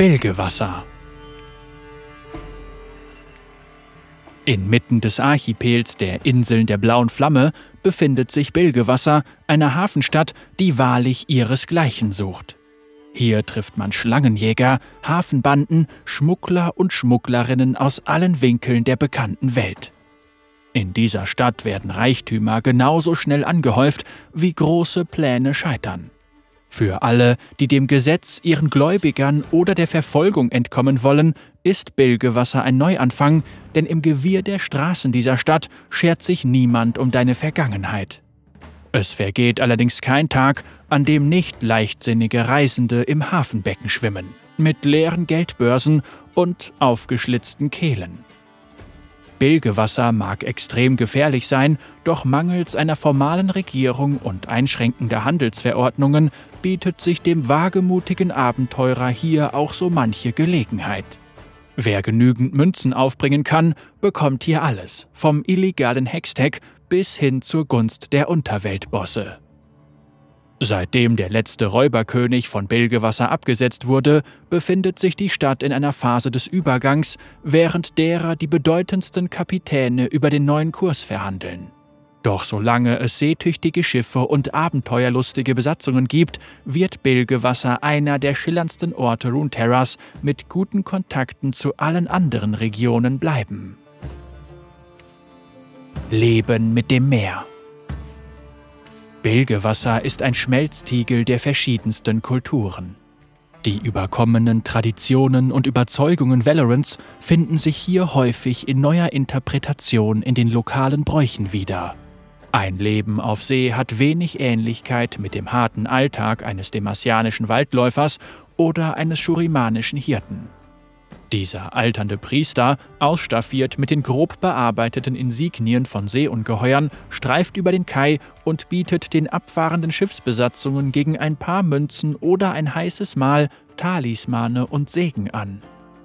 Bilgewasser. Inmitten des Archipels der Inseln der Blauen Flamme befindet sich Bilgewasser, eine Hafenstadt, die wahrlich ihresgleichen sucht. Hier trifft man Schlangenjäger, Hafenbanden, Schmuggler und Schmugglerinnen aus allen Winkeln der bekannten Welt. In dieser Stadt werden Reichtümer genauso schnell angehäuft, wie große Pläne scheitern. Für alle, die dem Gesetz, ihren Gläubigern oder der Verfolgung entkommen wollen, ist Bilgewasser ein Neuanfang, denn im Gewirr der Straßen dieser Stadt schert sich niemand um deine Vergangenheit. Es vergeht allerdings kein Tag, an dem nicht leichtsinnige Reisende im Hafenbecken schwimmen, mit leeren Geldbörsen und aufgeschlitzten Kehlen. Bilgewasser mag extrem gefährlich sein, doch mangels einer formalen Regierung und einschränkender Handelsverordnungen bietet sich dem wagemutigen Abenteurer hier auch so manche Gelegenheit. Wer genügend Münzen aufbringen kann, bekommt hier alles, vom illegalen Hextech bis hin zur Gunst der Unterweltbosse. Seitdem der letzte Räuberkönig von Bilgewasser abgesetzt wurde, befindet sich die Stadt in einer Phase des Übergangs, während derer die bedeutendsten Kapitäne über den neuen Kurs verhandeln. Doch solange es seetüchtige Schiffe und abenteuerlustige Besatzungen gibt, wird Bilgewasser einer der schillerndsten Orte Runeterras mit guten Kontakten zu allen anderen Regionen bleiben. Leben mit dem Meer. Bilgewasser ist ein Schmelztiegel der verschiedensten Kulturen. Die überkommenen Traditionen und Überzeugungen Valorants finden sich hier häufig in neuer Interpretation in den lokalen Bräuchen wieder. Ein Leben auf See hat wenig Ähnlichkeit mit dem harten Alltag eines demasianischen Waldläufers oder eines schurimanischen Hirten. Dieser alternde Priester, ausstaffiert mit den grob bearbeiteten Insignien von Seeungeheuern, streift über den Kai und bietet den abfahrenden Schiffsbesatzungen gegen ein paar Münzen oder ein heißes Mahl Talismane und Segen an.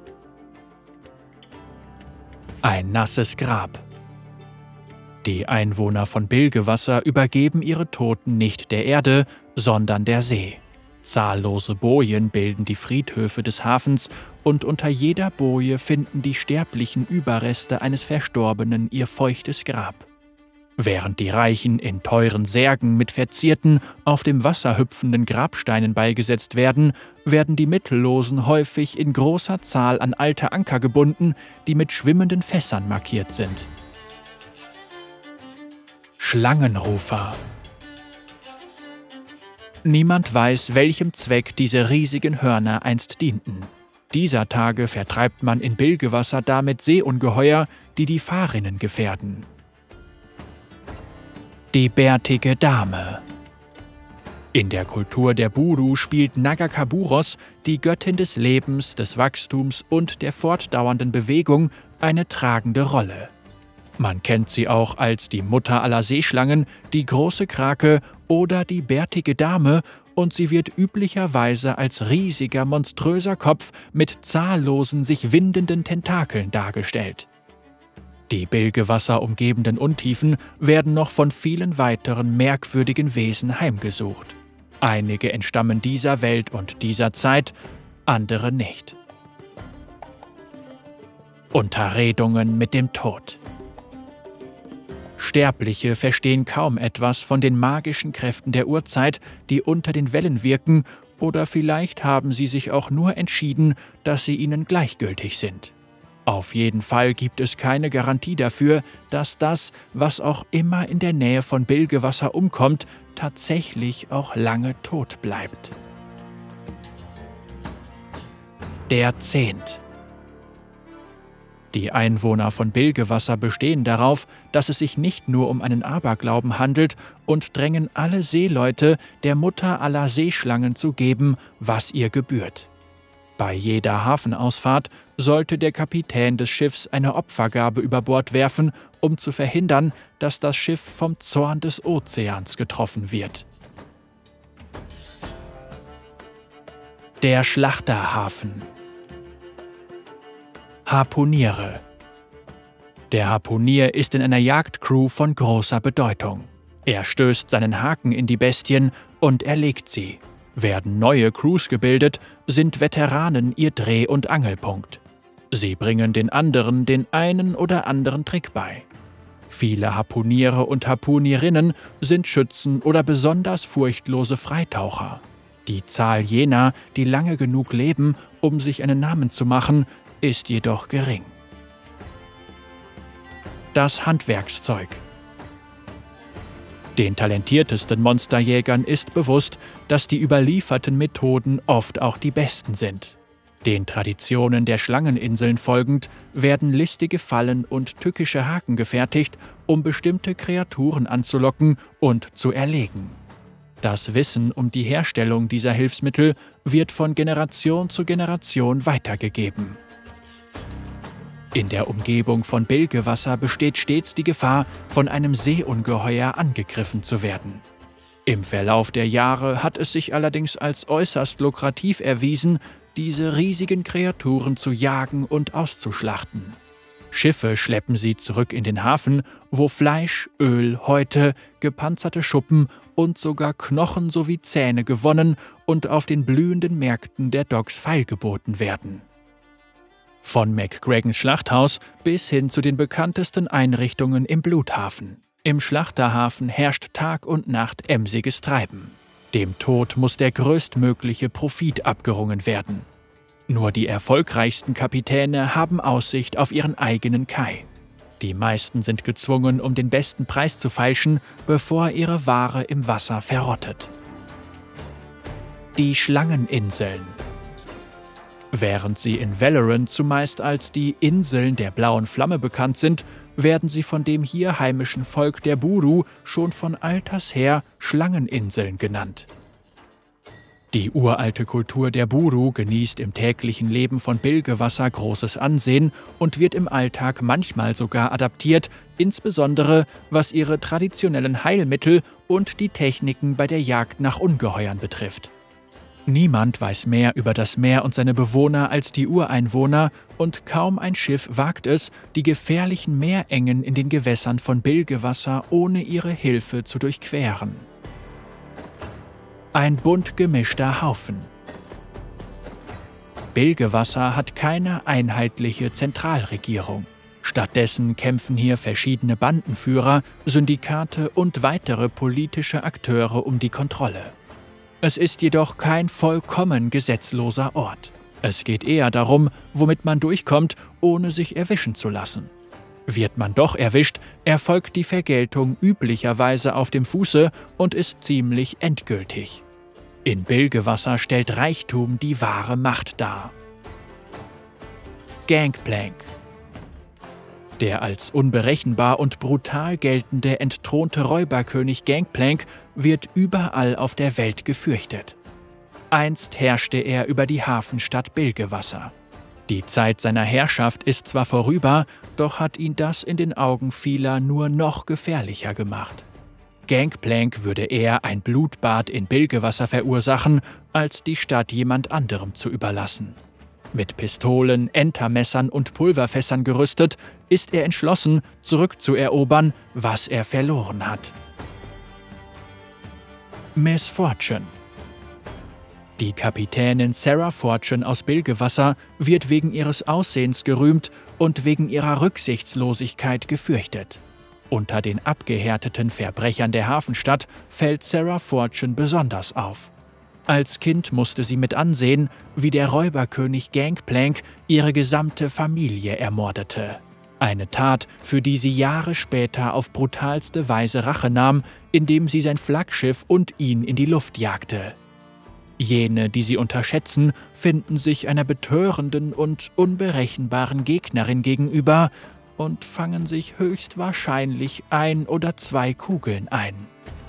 Ein nasses Grab. Die Einwohner von Bilgewasser übergeben ihre Toten nicht der Erde, sondern der See. Zahllose Bojen bilden die Friedhöfe des Hafens und unter jeder Boje finden die sterblichen Überreste eines Verstorbenen ihr feuchtes Grab. Während die Reichen in teuren Särgen mit verzierten, auf dem Wasser hüpfenden Grabsteinen beigesetzt werden, werden die Mittellosen häufig in großer Zahl an alte Anker gebunden, die mit schwimmenden Fässern markiert sind. Schlangenrufer. Niemand weiß, welchem Zweck diese riesigen Hörner einst dienten. Dieser Tage vertreibt man in Bilgewasser damit Seeungeheuer, die die Fahrinnen gefährden. Die bärtige Dame. In der Kultur der Buru spielt Nagakaburos, die Göttin des Lebens, des Wachstums und der fortdauernden Bewegung, eine tragende Rolle. Man kennt sie auch als die Mutter aller Seeschlangen, die große Krake oder die bärtige Dame, und sie wird üblicherweise als riesiger, monströser Kopf mit zahllosen, sich windenden Tentakeln dargestellt. Die Bilgewasser umgebenden Untiefen werden noch von vielen weiteren merkwürdigen Wesen heimgesucht. Einige entstammen dieser Welt und dieser Zeit, andere nicht. Unterredungen mit dem Tod. Sterbliche verstehen kaum etwas von den magischen Kräften der Urzeit, die unter den Wellen wirken, oder vielleicht haben sie sich auch nur entschieden, dass sie ihnen gleichgültig sind. Auf jeden Fall gibt es keine Garantie dafür, dass das, was auch immer in der Nähe von Bilgewasser umkommt, tatsächlich auch lange tot bleibt. Der Zehnt. Die Einwohner von Bilgewasser bestehen darauf, dass es sich nicht nur um einen Aberglauben handelt und drängen alle Seeleute, der Mutter aller Seeschlangen zu geben, was ihr gebührt. Bei jeder Hafenausfahrt sollte der Kapitän des Schiffs eine Opfergabe über Bord werfen, um zu verhindern, dass das Schiff vom Zorn des Ozeans getroffen wird. Der Schlachterhafen. Harpuniere. Der Harpunier ist in einer Jagdcrew von großer Bedeutung. Er stößt seinen Haken in die Bestien und erlegt sie. Werden neue Crews gebildet, sind Veteranen ihr Dreh- und Angelpunkt. Sie bringen den anderen den einen oder anderen Trick bei. Viele Harpuniere und Harpunierinnen sind Schützen oder besonders furchtlose Freitaucher. Die Zahl jener, die lange genug leben, um sich einen Namen zu machen, ist jedoch gering. Das Handwerkszeug. Den talentiertesten Monsterjägern ist bewusst, dass die überlieferten Methoden oft auch die besten sind. Den Traditionen der Schlangeninseln folgend werden listige Fallen und tückische Haken gefertigt, um bestimmte Kreaturen anzulocken und zu erlegen. Das Wissen um die Herstellung dieser Hilfsmittel wird von Generation zu Generation weitergegeben. In der Umgebung von Bilgewasser besteht stets die Gefahr, von einem Seeungeheuer angegriffen zu werden. Im Verlauf der Jahre hat es sich allerdings als äußerst lukrativ erwiesen, diese riesigen Kreaturen zu jagen und auszuschlachten. Schiffe schleppen sie zurück in den Hafen, wo Fleisch, Öl, Häute, gepanzerte Schuppen und sogar Knochen sowie Zähne gewonnen und auf den blühenden Märkten der Docks feilgeboten werden. Von McGregans Schlachthaus bis hin zu den bekanntesten Einrichtungen im Bluthafen. Im Schlachterhafen herrscht Tag und Nacht emsiges Treiben. Dem Tod muss der größtmögliche Profit abgerungen werden. Nur die erfolgreichsten Kapitäne haben Aussicht auf ihren eigenen Kai. Die meisten sind gezwungen, um den besten Preis zu feilschen, bevor ihre Ware im Wasser verrottet. Die Schlangeninseln. Während sie in Valorant zumeist als die Inseln der blauen Flamme bekannt sind, werden sie von dem hier heimischen Volk der Buru schon von alters her Schlangeninseln genannt. Die uralte Kultur der Buru genießt im täglichen Leben von Bilgewasser großes Ansehen und wird im Alltag manchmal sogar adaptiert, insbesondere was ihre traditionellen Heilmittel und die Techniken bei der Jagd nach Ungeheuern betrifft. Niemand weiß mehr über das Meer und seine Bewohner als die Ureinwohner, und kaum ein Schiff wagt es, die gefährlichen Meerengen in den Gewässern von Bilgewasser ohne ihre Hilfe zu durchqueren. Ein bunt gemischter Haufen. Bilgewasser hat keine einheitliche Zentralregierung. Stattdessen kämpfen hier verschiedene Bandenführer, Syndikate und weitere politische Akteure um die Kontrolle. Es ist jedoch kein vollkommen gesetzloser Ort. Es geht eher darum, womit man durchkommt, ohne sich erwischen zu lassen. Wird man doch erwischt, erfolgt die Vergeltung üblicherweise auf dem Fuße und ist ziemlich endgültig. In Bilgewasser stellt Reichtum die wahre Macht dar. Gangplank. Der als unberechenbar und brutal geltende entthronte Räuberkönig Gangplank wird überall auf der Welt gefürchtet. Einst herrschte er über die Hafenstadt Bilgewasser. Die Zeit seiner Herrschaft ist zwar vorüber, doch hat ihn das in den Augen vieler nur noch gefährlicher gemacht. Gangplank würde eher ein Blutbad in Bilgewasser verursachen, als die Stadt jemand anderem zu überlassen. Mit Pistolen, Entermessern und Pulverfässern gerüstet, ist er entschlossen, zurückzuerobern, was er verloren hat. Miss Fortune. Die Kapitänin Sarah Fortune aus Bilgewasser wird wegen ihres Aussehens gerühmt und wegen ihrer Rücksichtslosigkeit gefürchtet. Unter den abgehärteten Verbrechern der Hafenstadt fällt Sarah Fortune besonders auf. Als Kind musste sie mit ansehen, wie der Räuberkönig Gangplank ihre gesamte Familie ermordete. Eine Tat, für die sie Jahre später auf brutalste Weise Rache nahm, indem sie sein Flaggschiff und ihn in die Luft jagte. Jene, die sie unterschätzen, finden sich einer betörenden und unberechenbaren Gegnerin gegenüber und fangen sich höchstwahrscheinlich 1 oder 2 Kugeln ein.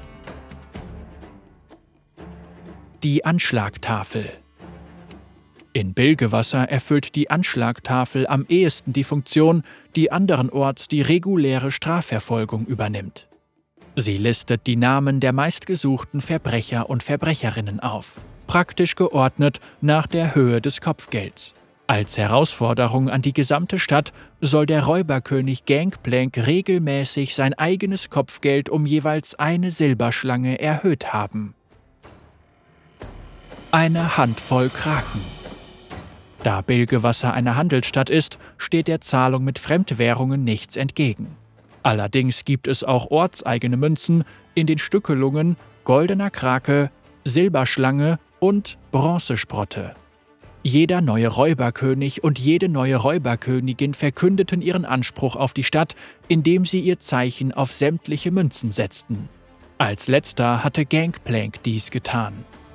Die Anschlagtafel. In Bilgewasser erfüllt die Anschlagtafel am ehesten die Funktion, die anderenorts die reguläre Strafverfolgung übernimmt. Sie listet die Namen der meistgesuchten Verbrecher und Verbrecherinnen auf, praktisch geordnet nach der Höhe des Kopfgelds. Als Herausforderung an die gesamte Stadt soll der Räuberkönig Gangplank regelmäßig sein eigenes Kopfgeld um jeweils 1 Silberschlange erhöht haben. eine Handvoll Kraken. Da Bilgewasser eine Handelsstadt ist, steht der Zahlung mit Fremdwährungen nichts entgegen. Allerdings gibt es auch ortseigene Münzen in den Stückelungen goldener Krake, Silberschlange und Bronzesprotte. Jeder neue Räuberkönig und jede neue Räuberkönigin verkündeten ihren Anspruch auf die Stadt, indem sie ihr Zeichen auf sämtliche Münzen setzten. Als letzter hatte Gangplank dies getan.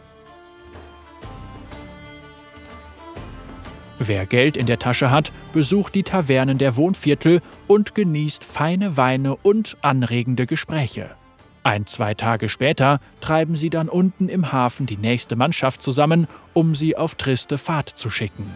Wer Geld in der Tasche hat, besucht die Tavernen der Wohnviertel und genießt feine Weine und anregende Gespräche. 1-2 Tage später treiben sie dann unten im Hafen die nächste Mannschaft zusammen, um sie auf triste Fahrt zu schicken.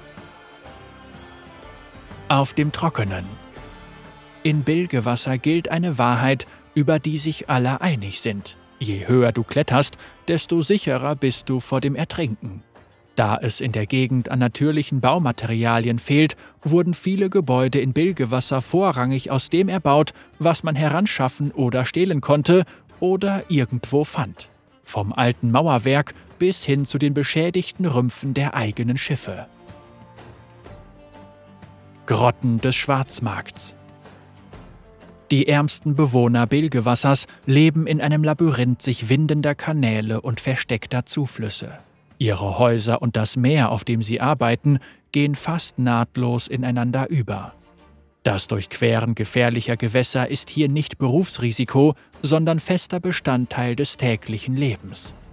Auf dem Trockenen. In Bilgewasser gilt eine Wahrheit, über die sich alle einig sind. Je höher du kletterst, desto sicherer bist du vor dem Ertrinken. Da es in der Gegend an natürlichen Baumaterialien fehlt, wurden viele Gebäude in Bilgewasser vorrangig aus dem erbaut, was man heranschaffen oder stehlen konnte oder irgendwo fand. Vom alten Mauerwerk bis hin zu den beschädigten Rümpfen der eigenen Schiffe. Grotten des Schwarzmarkts. Die ärmsten Bewohner Bilgewassers leben in einem Labyrinth sich windender Kanäle und versteckter Zuflüsse. Ihre Häuser und das Meer, auf dem sie arbeiten, gehen fast nahtlos ineinander über. Das Durchqueren gefährlicher Gewässer ist hier nicht Berufsrisiko, sondern fester Bestandteil des täglichen Lebens.